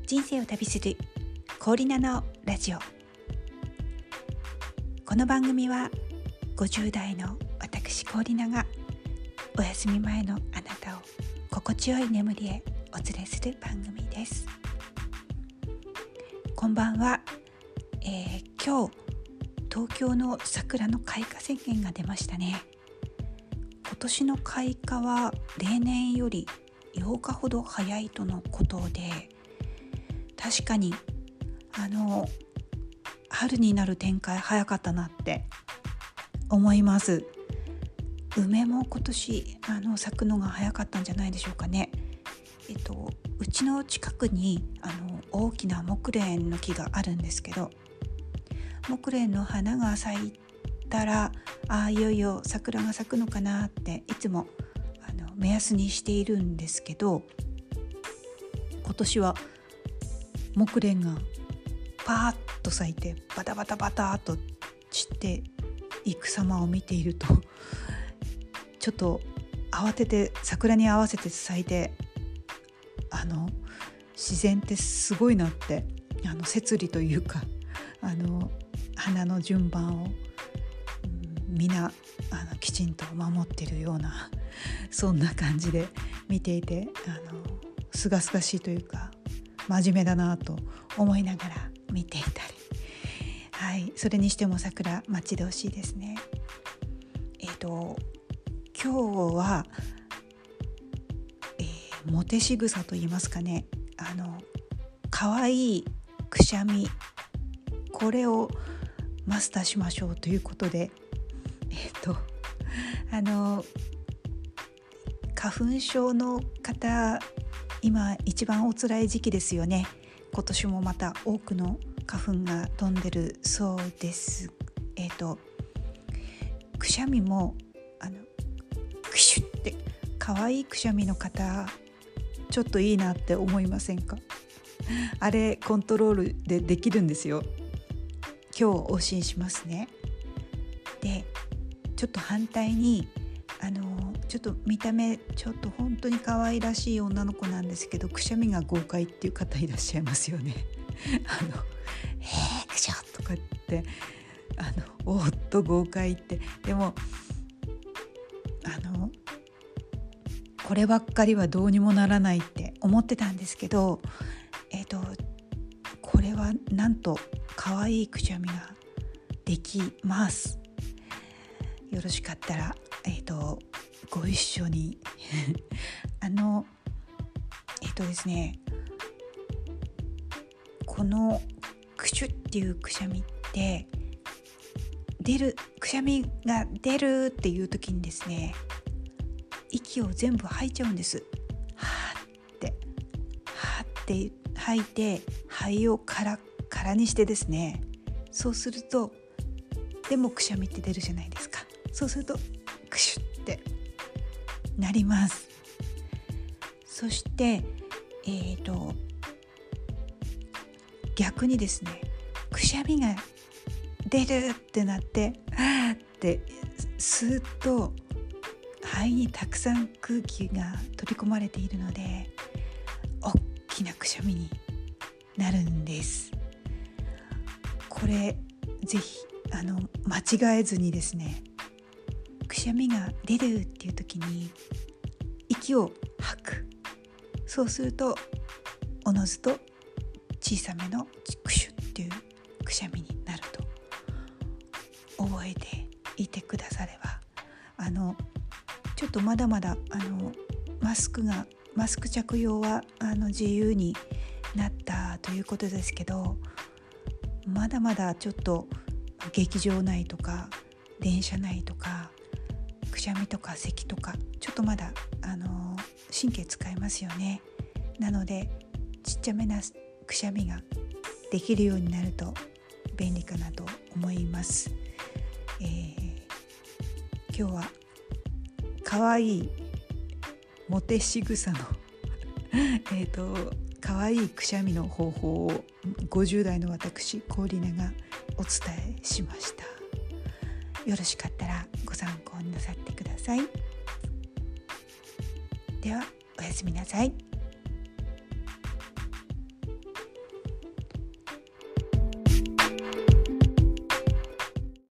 人生を旅するコーリナのラジオ。この番組は50代の私コーリナがお休み前のあなたを心地よい眠りへお連れする番組です。こんばんは。今日東京の桜の開花宣言が出ましたね。今年の開花は例年より8日ほど早いとのことで、確かに春になる展開早かったなって思います。梅も今年咲くのが早かったんじゃないでしょうかね。うちの近くに大きな木蓮の木があるんですけど、木蓮の花が咲いたらいよいよ桜が咲くのかなっていつも目安にしているんですけど、今年は木蓮がパーッと咲いてバタバタバタっと散っていく様を見ているとちょっと慌てて桜に合わせて咲いて自然ってすごいなって摂理というか花の順番をみんなきちんと守っているようなそんな感じで見ていてすがすがしいというか真面目だなと思いながら見ていたり、それにしても桜待ち遠しいですね。今日は、モテ仕草と言いますかね、かわいいくしゃみ、これをマスターしましょうということで、花粉症の方、今一番お辛い時期ですよね。今年もまた多くの花粉が飛んでるそうです。くしゃみもクシュって可愛いくしゃみの方ちょっといいなって思いませんか？あれコントロールでできるんですよ。今日お教えしますね。でちょっと反対にちょっと見た目ちょっと本当に可愛らしい女の子なんですけど、くしゃみが豪快っていう方いらっしゃいますよね。くしょとかっておっと豪快って、でもこればっかりはどうにもならないって思ってたんですけど、これはなんと可愛いくしゃみができます。よろしかったらご一緒にですね、このクシュっていうくしゃみってくしゃみが出るっていう時にですね、息を全部吐いちゃうんです。はーって吐いて、肺をカラッカラにしてですね、そうするとでもくしゃみって出るじゃないですか。そうするとクシュってなります。そして逆にですね、くしゃみが出るってなってってスーッと肺にたくさん空気が取り込まれているので大きなくしゃみになるんです。これぜひ間違えずにですね、くしゃみが出るっていう時に息を吐く。そうするとおのずと小さめのクシュっていうくしゃみになると覚えていてくだされば、ちょっとまだまだマスク着用は自由になったということですけど、まだまだちょっと劇場内とか電車内とかくしゃみとか咳とかちょっとまだ神経使いますよね。なのでちっちゃめなくしゃみができるようになると便利かなと思います。今日はかわいいモテ仕草のかわいいくしゃみの方法を50代の私コーリナがお伝えしました。よろしかったらご参考になさってください。ではおやすみなさい。